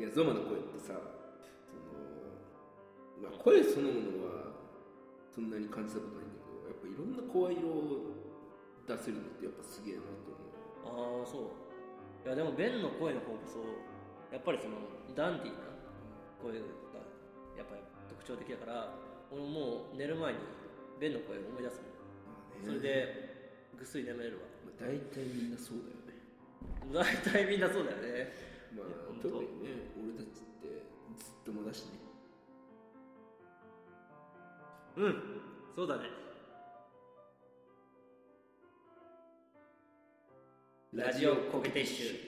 いやゾマの声ってさ、まあ、声そのものはそんなに感じたことないんだけど、やっぱいろんな声色を出せるのってやっぱすげえなと思う。 ああ、そう。いやでもベンの声の方こそやっぱりそのダンディーな声がやっぱり特徴的だから、俺もう寝る前にベンの声を思い出すの、それでぐっすり眠れるわ。 まあ、大体みんなそうだよね。 大体みんなそうだよね。 まあ特にね、俺たちってずっともだしね。 うん、そうだね。ラジオコケティッシュ。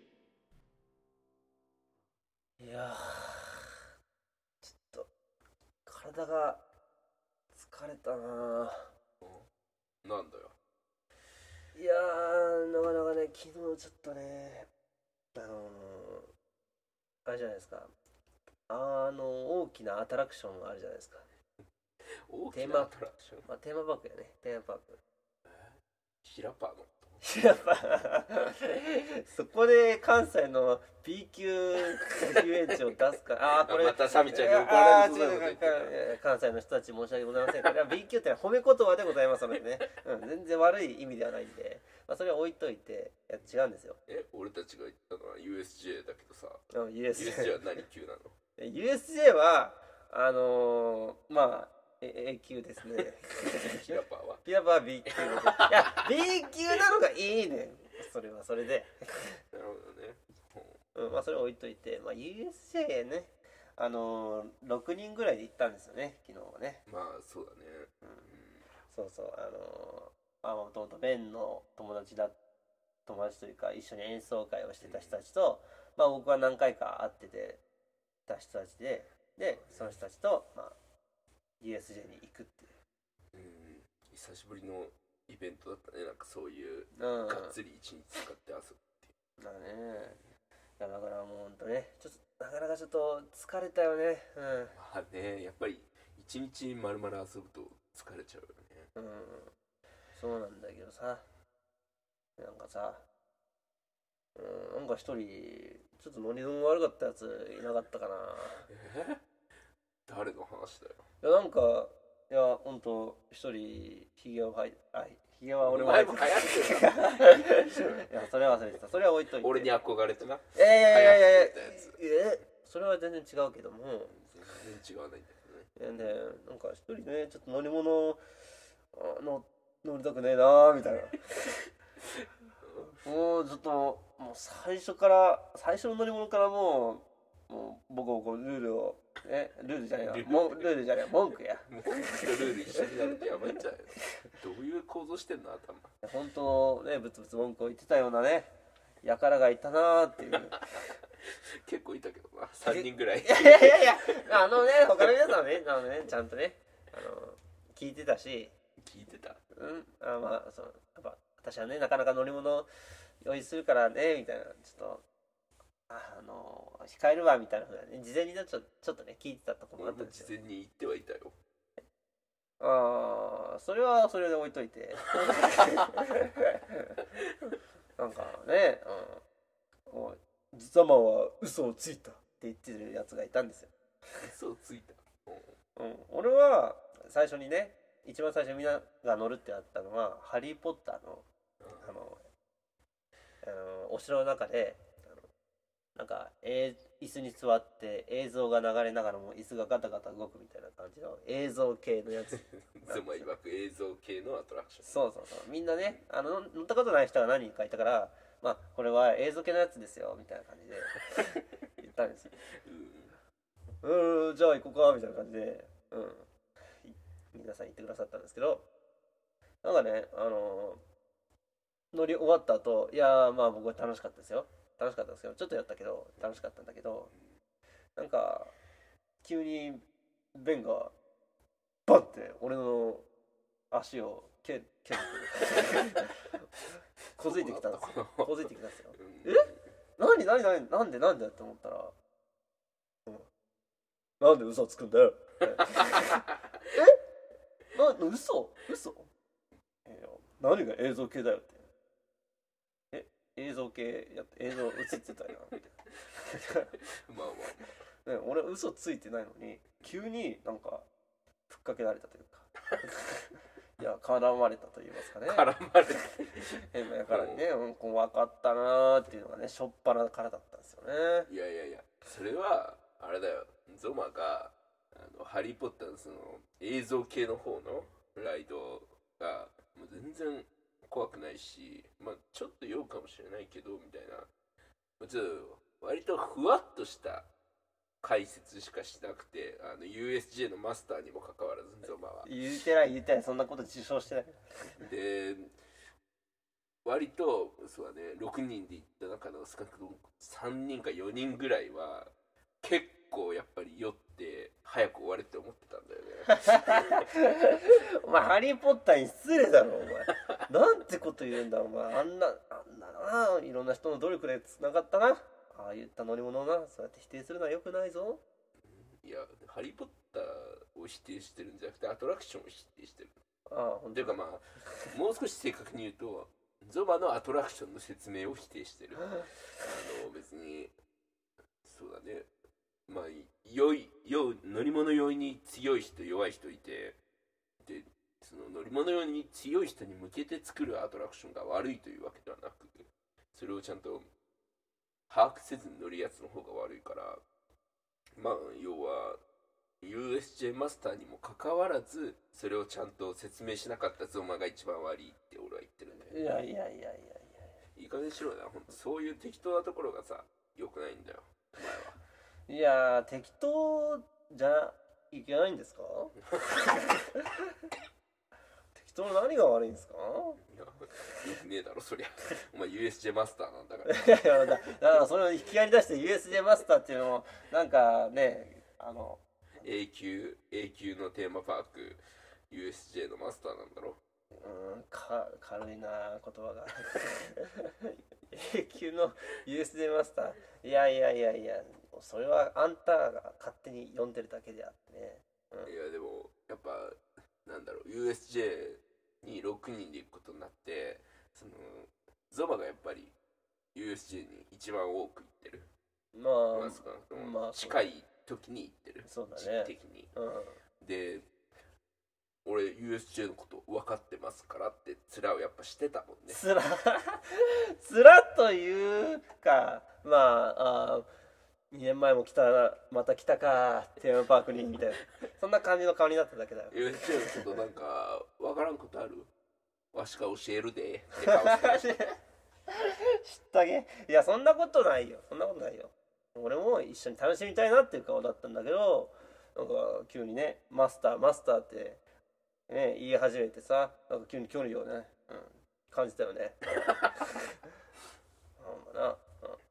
いやー、ちょっと体が疲れたな。 なんだよ。 いやー、なかなかね、昨日ちょっとね、あれじゃないですか、大きなアトラクションがあるじゃないですか。 大きなアトラクション、 まあ、テーマパークやね、テーマパーク。 ヒラパーのやっぱそこで関西の B 級遊園地を出すか。これまたサミちゃんに怒られるぞ。 関西の人たち申し訳ございません。これは B 級ってのは褒め言葉でございますのでね、全然悪い意味ではないんで、まあ、それは置いといて。違うんですよ。 俺たちが言ったのは USJ だけどさ、 USJ は何級なの？ USJ はまあA 級ですね。 ヒラパーは？ ヒラパーは B 級です。いや B 級なのがいいね。それはそれで。 なるほどね。 まあそれ置いといて、まあ USJ ね、6人ぐらいで行ったんですよね、昨日はね。 まあそうだね。 そうそう、もともとベンの友達というか一緒に演奏会をしてた人たちと、まあ僕は何回か会っててた人たちで、その人たちとまあ USJ に行くっていう。 久しぶりのイベントだったね。なんかそういうがっつり一日使って遊ぶっていう。 だね。だからもうほんとね、ちょっとなかなかちょっと疲れたよね。 まあね、やっぱり一日丸々遊ぶと疲れちゃうよね。 そうなんだけどさ、なんかさ、なんか一人ちょっとノリの悪かったやついなかったかな。 誰の話だよ。 いやなんか、いやほんと一人ヒゲは俺も前も流行ってた。 いやそれは忘れてた。それは置いといて。 俺に憧れてな。 いやそれは全然違うけども。 全然違わないんだよね。 でなんか一人ね、ちょっと乗り物乗りたくねえなみたいな。もうずっともう最初の乗り物からもうボコボコルールじゃねえや、文句や。 もうルール一緒になるってやばいんじゃないの？どういう構造してんの頭。 本当ね、ブツブツ文句を言ってたようなねやからがいたなーっていう。 結構いたけどな、3人ぐらい。 いや他の皆さんはねちゃんとね聞いてたし。 聞いてた。 まあそうやっぱ私はねなかなか乗り物用意するからねみたいな、ちょっと控えるわみたいなふうなね、事前にちょっとね聞いてたところもあったんですよ。 事前に言ってはいたよ。 それはそれで置いといて。なんかね、実はは嘘をついたって言ってるやつがいたんですよ。 嘘をついた。 俺は一番最初みんなが乗るってなったのはハリーポッターのお城の中でなんか椅子に座って映像が流れながらも椅子がガタガタ動くみたいな感じの映像系のやつ。 ゾマ曰く映像系のアトラクション。 そうみんなね乗ったことない人が何人かいたから、まあこれは映像系のやつですよみたいな感じで言ったんですよ。じゃあ行こうかみたいな感じで皆さん言ってくださったんですけど、なんかね乗り終わった後、いやまあ僕は楽しかったですよ。楽しかったんですけど、ちょっとやったけど楽しかったんだけど、なんか急にベンがバンって俺の足を蹴るこづいてきたんですよ。何なんでって思ったら、なんで嘘つくんだよ。嘘何が映像系だよって。映像系映像映ってたよみたいな。 まあまあ、 ね、俺嘘ついてないのに急になんかふっかけられたというかいや絡まれたと言いますかね。 絡まれて変なやからにね、分かったなーっていうのがね、しょっぱなからだったんですよね。 いやいやいや、それはあれだよ、ゾマがハリー・ポッターのその映像系の方のライドがもう全然怖くないし、まあちょっと酔うかもしれないけどみたいな、ちょっと割とふわっとした解説しかしなくて、USJ のマスターにもかかわらずゾマは言ってないそんなこと自称してない。 で割とそうだね、6人で行った中の少なくとも3人か4人ぐらいは結構やっぱり酔って早く終われって思ってたんだよねお前ハリー・ポッターに失礼だろお前なんてこと言うんだお前。あんなないろんな人の努力でつながったな、ああいった乗り物をな、そうやって否定するのは良くないぞ。 いや、ハリー・ポッターを否定してるんじゃなくてアトラクションを否定してる。 ああ、本当というかまあもう少し正確に言うとゾマのアトラクションの説明を否定してる別にそうだね、まあ乗り物酔いに強い人弱い人いて、でその乗り物酔いに強い人に向けて作るアトラクションが悪いというわけではなく、それをちゃんと把握せずに乗るやつの方が悪いから、まあ要は USJ マスターにもかかわらずそれをちゃんと説明しなかったゾマが一番悪いって俺は言ってるんだよ。 いやいい加減にしろよな、ほんとそういう適当なところがさ良くないんだよお前は。 いや適当じゃいけないんですか適当の何が悪いんですか。 いやよくねえだろそりゃお前 USJ マスターなんだかいやだからそれを引き合いに出して USJ マスターっていうのもなんかね、 永久のテーマパーク USJ のマスターなんだろ。 軽いな言葉が永久の USJ マスター、いやそれはあんたが勝手に呼んでるだけであってね、 いやでもやっぱなんだろう、 USJ に6人で行くことになって、そのゾマがやっぱり USJ に一番多く行ってる。 まあ少なくとも近い時に行ってる。 そうだね、 時期的に、で俺 USJ のこと分かってますからって面をやっぱしてたもんね。 つらというか、2年前も来た、また来たかテーマパークにみたいなそんな感じの顔になっただけだよ。 USJ のことなんか分からんことある？わしが教えるでって顔してる知ったげ。いやそんなことないよ俺も一緒に楽しみたいなっていう顔だったんだけど、なんか急にねマスターってね言い始めてさ、なんか急に距離をね、感じたよねほんまな、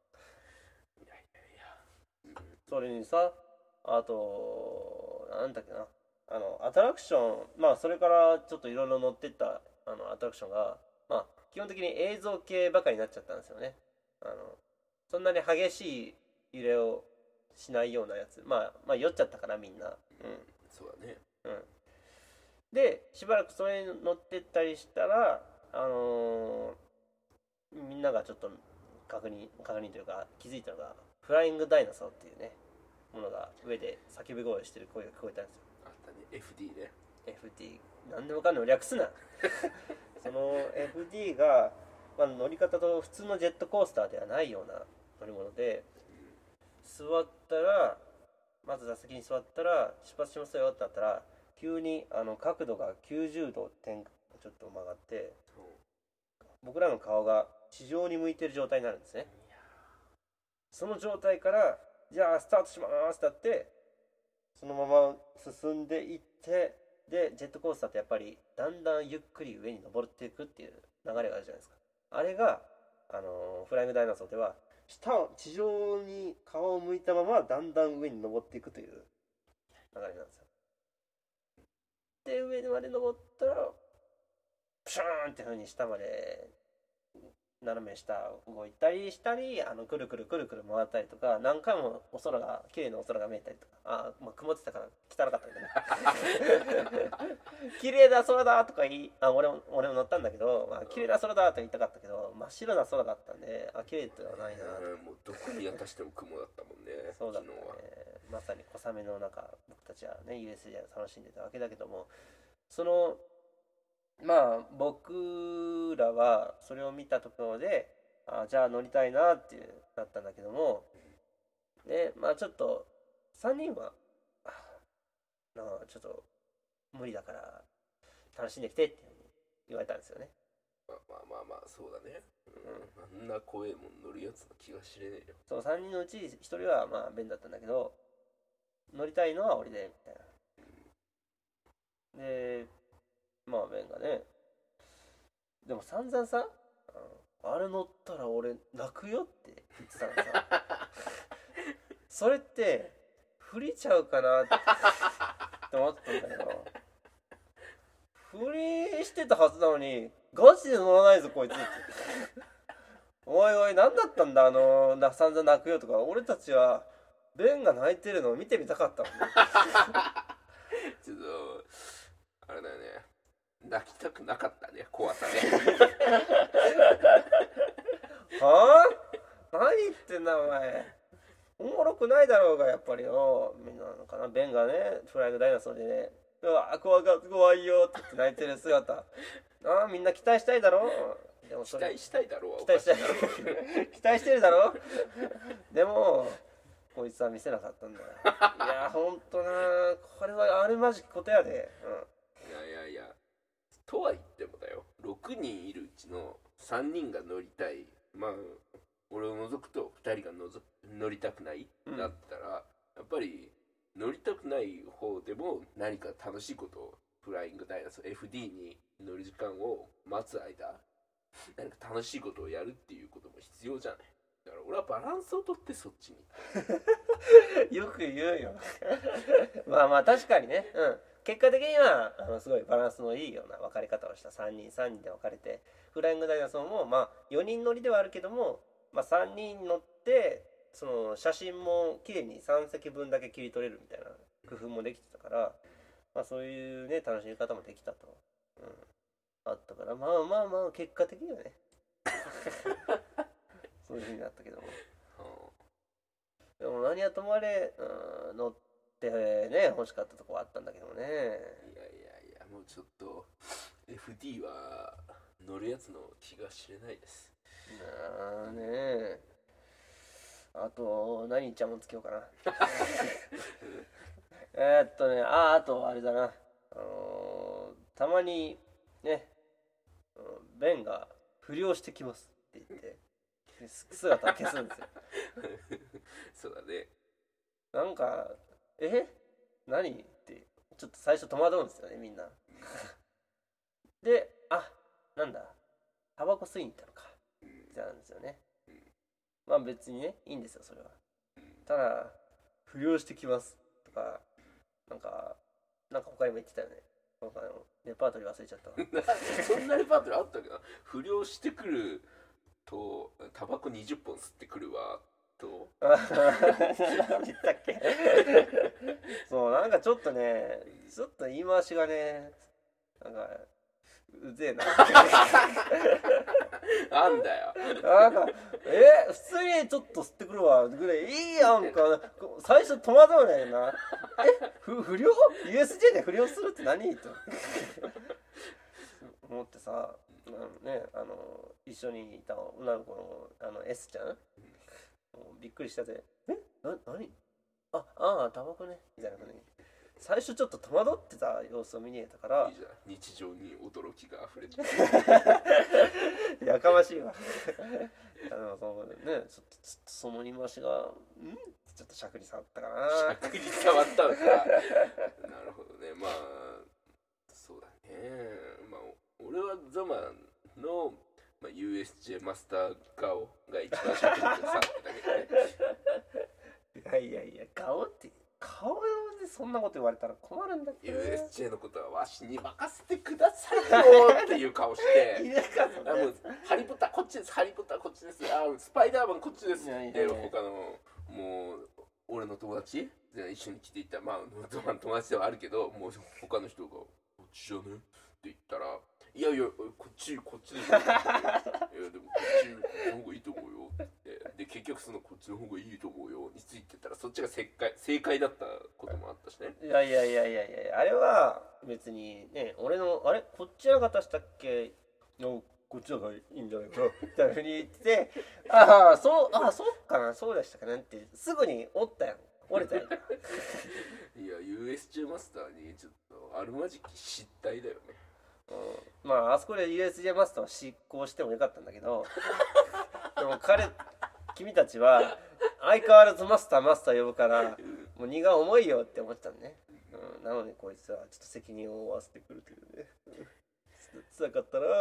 それにさ、あとなんだっけな、アトラクション、それからちょっといろいろ乗ってったアトラクションが、基本的に映像系ばかりになっちゃったんですよね。そんなに激しい揺れをしないようなやつ、酔っちゃったからみんな、 そうだね。 でしばらくそれに乗ってったりしたら、みんながちょっと確認というか気づいたのが、フライングダイナソーっていうねものが上で叫び声してる声が聞こえたんですよ。 あったね、 FD ね。 FD 何でもかんでも略すなその FD が、乗り方と普通のジェットコースターではないような乗り物で、座ったらまず座席に座ったら出発しますよってなったら、急に角度が90度ちょっと曲がって、僕らの顔が地上に向いてる状態になるんですね。その状態からじゃあスタートしますってなって、そのまま進んでいって、でジェットコースターってやっぱりだんだんゆっくり上に登っていくっていう流れがあるじゃないですか。あれがフライングダイナソーでは地上に顔を向いたままだんだん上に登っていくという流れなんですよ。で上まで登ったらプシューンって風に下まで斜め下動いたりしたり、くるくるくるくる回ったりとか、何回もお空が綺麗なお空が見えたりとか、まあ、曇ってたから汚かったけどね綺麗な空だとか俺も乗ったんだけど、まあ、綺麗な空だと言いたかったけど、真っ白な空だったんで、綺麗ではないな。 もうどこ見渡しても雲だったもんね。 そうだね、 昨日はまさに小雨の中、僕たちはね USJ を楽しんでたわけだけども、そのまあ僕らはそれを見たところで、じゃあ乗りたいなってなったんだけども、でまあちょっと3人はちょっと無理だから楽しんできてって言われたんですよね。 まあそうだね、あんな怖いもん乗るやつの気が知れねえよ。 そう、3人のうち1人はまあベンだったんだけど、乗りたいのは俺でみたいな。でまあベンがね、でも散々さ、あれ乗ったら俺泣くよって言ってたのさそれって振りちゃうかなって思ったんだけど、振りしてたはずなのにガチで乗らないぞこいつっておいおい何だったんだ散々泣くよとか。俺たちはベンが泣いてるのを見てみたかったのねちょっとあれだよね、泣きたくなかったね、怖さねはあ、何言ってんだお前、おもろくないだろうが。やっぱりよ、みんなのかな、ベンがねフライングダイナソーでね、うわ怖いよって言って泣いてる姿みんな期待したいだろ。でも期待したいだろうはお期待したいかしいだろ期待してるだろでもこいつは見せなかったんだよいやほんとな、これはあるまじきことやで、 いやとは言ってもだよ、6人いるうちの3人が乗りたい、まあ俺を除くと2人が乗りたくないだったら、やっぱり乗りたくない方でも何か楽しいことを、フライングダイナソー FD に乗る時間を待つ間何か楽しいことをやるっていうことも必要じゃない。だから俺はバランスをとってそっちによく言うよまあ確かにね、結果的にはすごいバランスのいいような分かれ方をした。3人で分かれて、フライングダイナソーもまあ4人乗りではあるけども、まあ、3人乗ってその写真も綺麗に3席分だけ切り取れるみたいな工夫もできてたから、まあ、そういうね楽しみ方もできたと、あったから、まあ結果的にはねそういう風になったけども、でも何はともあれ、乗ってね欲しかったとこはあったんだけどもね。 いやもうちょっと FD は乗るやつの気が知れないです。 ね、あと何ちゃんもつけようかなあとあれだな、たまにねベンが不良してきますって言って姿を消すんですよそうだね。 なんか何ってちょっと最初戸惑うんですよねみんなでなんだタバコ吸いに行ったのかってなるんですよね。まあ別にねいいんですよそれは。ただ不良してきますとかなんか他にも言ってたよね。レパートリー忘れちゃったわそんなレパートリーあったっけな。不良してくるとタバコ20本吸ってくるわと何言ったっけそうなんかちょっと言い回しがねなんかうぜえななんだよなんか普通にちょっと吸ってくるわぐらいいいやんか。最初戸惑うねんな不良 USJ で不良するって何と思ってさ、一緒にいた女の子のS ちゃん、びっくりしたぜ。何タバコねみたいな感じに最初ちょっと戸惑ってた様子を見に得たから、 いいじゃん、日常に驚きが溢れてるやかましいわそうね、ちょっとその言い回しがちょっと尺に触ったかな。 尺に触ったのかなるほどね。まあそうだね。まあ俺はザマの、USJ マスター顔が一番尺に触ってたけどねいや顔って顔でそんなこと言われたら困るんだけど、ね、 USJ のことはわしに任せてくださいよっていう顔していなかったもうハリーポッターこっちです、ハリーポッターこっちです、スパイダーマンこっちですって他のもう俺の友達一緒に来ていた友達ではあるけどもう他の人がこっちじゃねって言ったらいやいやこっちでしょいやでもこっちの方がいいと思うよってで結局そのこっちの方がいいと思うよについてたらそっちが正解だったこともあったしね。 いやあれは別にね俺のあれこっちの方したっけこっちの方がいいんじゃないかみたいなふうに言っててそうかなそうでしたかねってすぐに折ったやん折れたやんいや USJ マスターにちょっとあるまじき失態だよね。 まああそこで USJ マスターを執行してもよかったんだけどでも君たちは相変わらずマスター呼ぶからもう荷が重いよって思ってたんね、なのでこいつはちょっと責任を負わせてくるというねつらかったな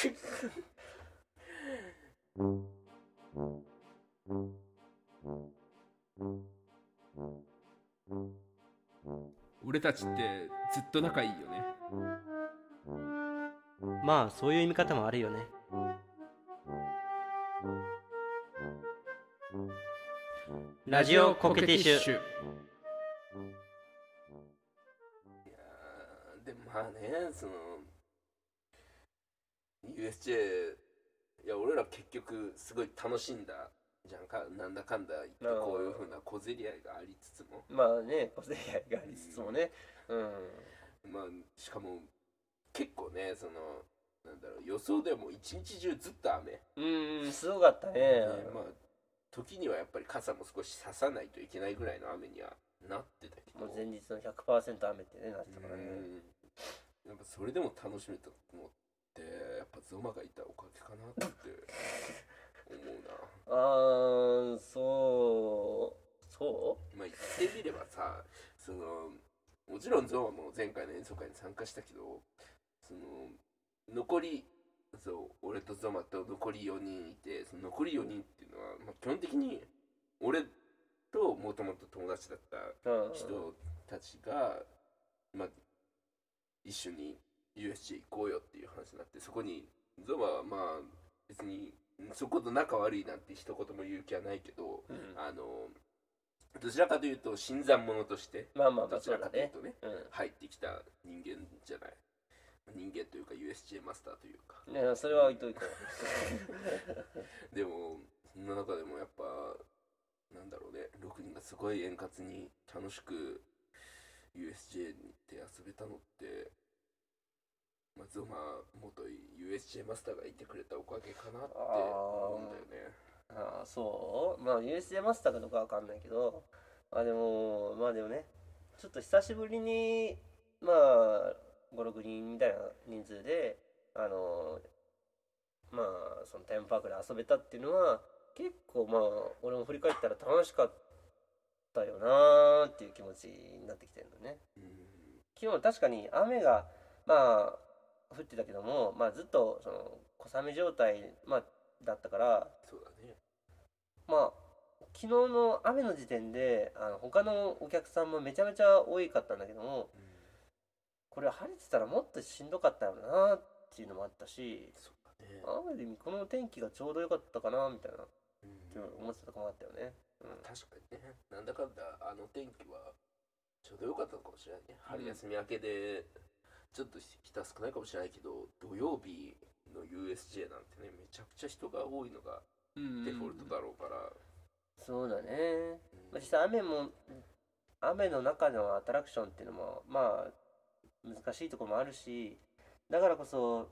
俺たちってずっと仲いいよね。 まあそういう見方もあるよね。ラジオコケティッシュ。 いやでもまあねその USJ いや俺ら結局すごい楽しんだじゃんかなんだかんだ言ってこういう風な小競り合いがありつつもまあね小競り合いがありつつもねまあしかも結構ねそのなんだろう予想でも一日中ずっと雨すごかったねまあ時にはやっぱり傘も少し差さないといけないぐらいの雨にはなってたけどもう前日の 100% 雨ってねなってたからねやっぱそれでも楽しめたのってやっぱゾマがいたおかげかなって思うなそうまあ言ってみればさそのもちろんゾマも前回の演奏会に参加したけどその残り俺とゾマと残り4人いてその残り4人っていうのは、基本的に俺ともともと友達だった人たちが、一緒に USJ 行こうよっていう話になってそこにゾマは別にそこと仲悪いなんて一言も言う気はないけど、どちらかというと新参者としてどちらかというとね、入ってきた人間じゃない人間というか USJ マスターというかいやそれは置いといてでもそんな中でもやっぱなんだろうね6人がすごい円滑に楽しく USJ に行って遊べたのってゾマ元 USJ マスターがいてくれたおかげかなって思うんだよね。 そうUSJ マスターかどうかわかんないけどでもねちょっと久しぶりに5,6人みたいな人数でそのテーマパークで遊べたっていうのは結構俺も振り返ったら楽しかったよなーっていう気持ちになってきてるのね。昨日確かに雨が降ってたけどもずっとその小雨状態だったからそうだね昨日の雨の時点で他のお客さんもめちゃめちゃ多かったんだけども、これ晴れてたらもっとしんどかったよなっていうのもあったし、ある意味この天気がちょうどよかったかなみたいな、思ってたとこもあったよね。 確かにねなんだかんだ天気はちょうどよかったのかもしれないね。春休み明けでちょっと人少ないかもしれないけど土曜日の USJ なんてねめちゃくちゃ人が多いのがデフォルトだろうから、 そうだね、実際雨の中のアトラクションっていうのも難しいところもあるし、だからこそ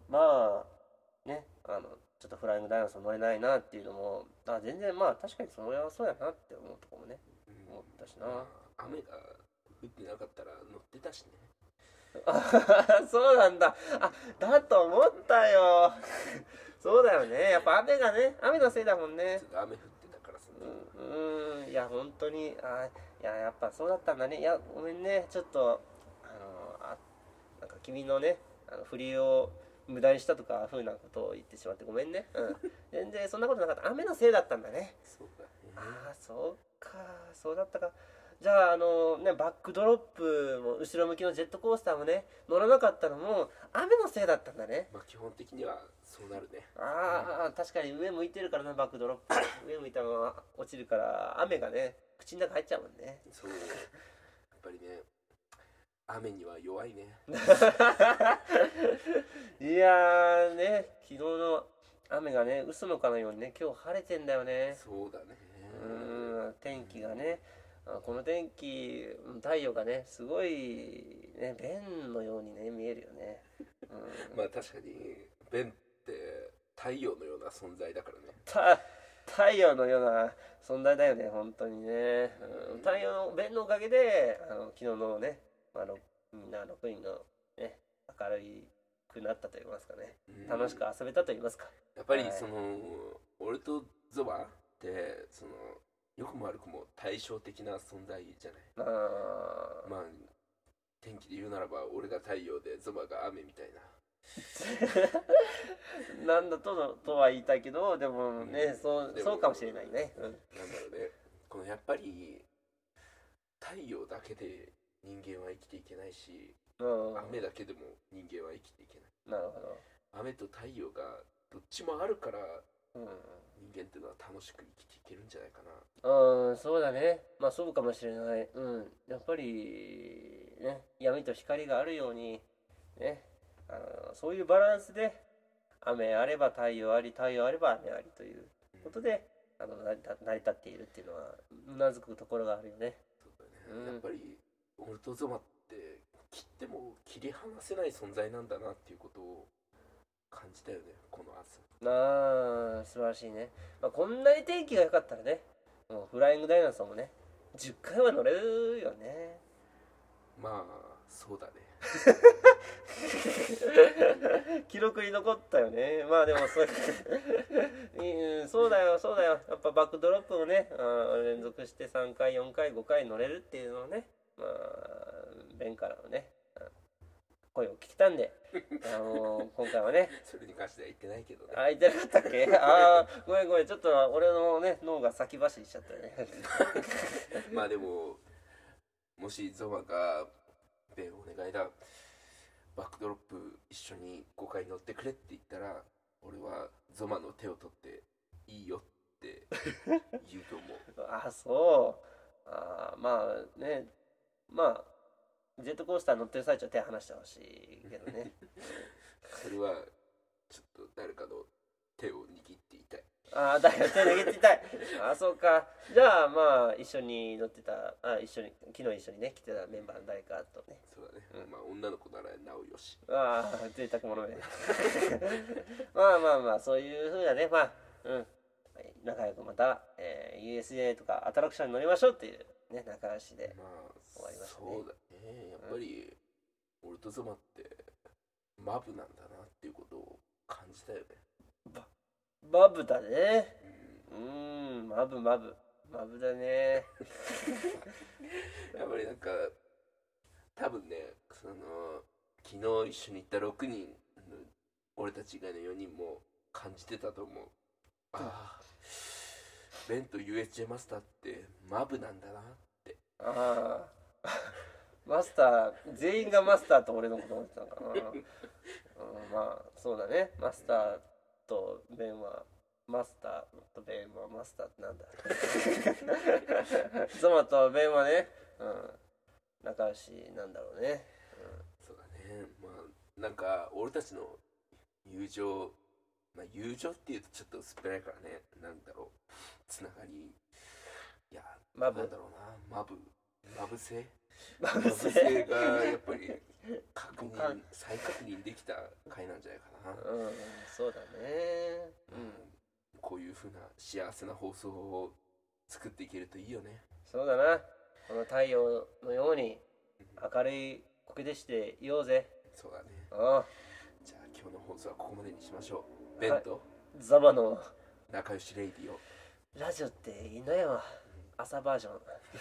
ちょっとフライングダイナソー乗れないなっていうのも全然確かにそれはそうやなって思うところもね、思ったしな。 雨が降ってなかったら乗ってたしね。 そうなんだ。だと思ったよ。そうだよね。やっぱ雨のせいだもんね。 雨降ってたからさ。 いや本当にやっぱそうだったんだね。いやごめんね。ちょっとなんか君のね振りを無駄にしたとか風なことを言ってしまってごめんね。全然そんなことなかった。雨のせいだったんだね。 そうだね。 そうかそうだったか。 じゃあバックドロップも後ろ向きのジェットコースターもね乗らなかったのも雨のせいだったんだね。 まあ基本的にはそうなるね。 ああ、確かに上向いてるからな、バックドロップ上向いたまま落ちるから雨がね口の中入っちゃうもんね。 そうやっぱりね雨には弱いね。 いやーね、昨日の雨がね嘘のかのようにね今日晴れてんだよね。 そうだね。 天気がね、この天気太陽がねすごいね弁のようにね見えるよね。 まあ確かに弁って太陽のような存在だからね。 太陽のような存在だよね本当にね。太陽の弁のおかげで昨日のね、みんな6人のね明るくなったと言いますかね、楽しく遊べたと言いますか。 やっぱりその、俺とゾバってその良くも悪くも対照的な存在じゃない。まあ天気で言うならば俺が太陽でゾバが雨みたいな。 なんだとは言いたいけどでもね、そうかもしれないね。 なんだろうね、このやっぱり太陽だけで人間は生きていけないし、雨だけでも人間は生きていけない。 なるほど。 雨と太陽がどっちもあるから、人間っていうのは楽しく生きていけるんじゃないかな。 そうだね。まあそうかもしれない。やっぱりね闇と光があるようにね、そういうバランスで雨あれば太陽あり、太陽あれば雨ありということで、成り立っているっていうのはうなずくところがあるよね。 そうだね。やっぱり俺とゾマって切っても切り離せない存在なんだなっていうことを感じたよね、この朝。 素晴らしいね。こんなに天気が良かったらね、もうフライングダイナソーもね10回は乗れるよね。 まあそうだね。 記録に残ったよね。まあでもそうだよそうだよ。やっぱバックドロップもね、連続して3回4回5回乗れるっていうのをね、ベンからのね声を聞きたんで、今回はねそれに関しては言ってないけどね。 言ってなかったっけ。ごめんちょっと俺のね脳が先走りしちゃったよね。 まあでももしゾマがベンお願いだ、バックドロップ一緒に5回乗ってくれって言ったら俺はゾマの手を取っていいよって言うと思う。 そう。まあね、ジェットコースター乗ってる最中は手離してほしいけどね。 それはちょっと誰かの手を握っていたい。 だよ、手握っていたい。そうか。じゃあ一緒に乗ってた昨日一緒にね来てたメンバーの誰かとね。 そうだね。まあ女の子ならなおよし。 贅沢者ね。そういう風なね、仲良くまた、USJ とかアトラクションに乗りましょうっていうね仲良しで終わりましたね。 そうだね。やっぱり俺とゾマってマブなんだなっていうことを感じたよね。 マブだね。マブだね。 やっぱりなんか多分ね、昨日一緒に行った6人の俺たち以外の4人も感じてたと思う。ベンと USJ マスターってマブなんだなって。 マスター全員がマスターと俺のこと思ってたのかな。そうだね。マスターとベンはマスターとベンはマスターってなんだ。ゾマとベンはね、仲良しなんだろうね。 そうだね。なんか俺たちの友情、友情っていうとちょっと薄っぺらいからね、なんだろう、つながり、なんだろうな、マブ性がやっぱり再確認できた回なんじゃないかな。 そうだね。 こういう風な幸せな放送を作っていけるといいよね。 そうだな。この太陽のように明るい苔でしていようぜ。 そうだね。じゃあ今日の放送はここまでにしましょう。ベンとザバの仲良しレイディオ。 ラジオっていいのよ。朝バージョン。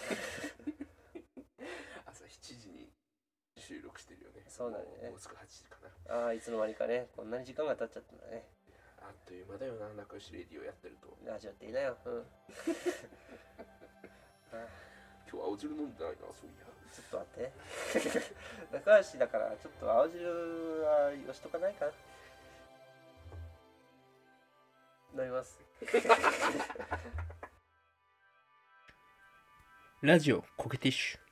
朝7時に収録してるよね。 そうだね。 もうすぐ8時かな。 いつの間にかね、こんなに時間が経っちゃったんだね。 あっという間だよな、仲良しレディをやってると。 ラジオっていいなよ。 今今日青汁飲んでないな、そういや。 ちょっと待って高橋だからちょっと青汁はよしとかないかな。飲みますラジオコケティッシュ。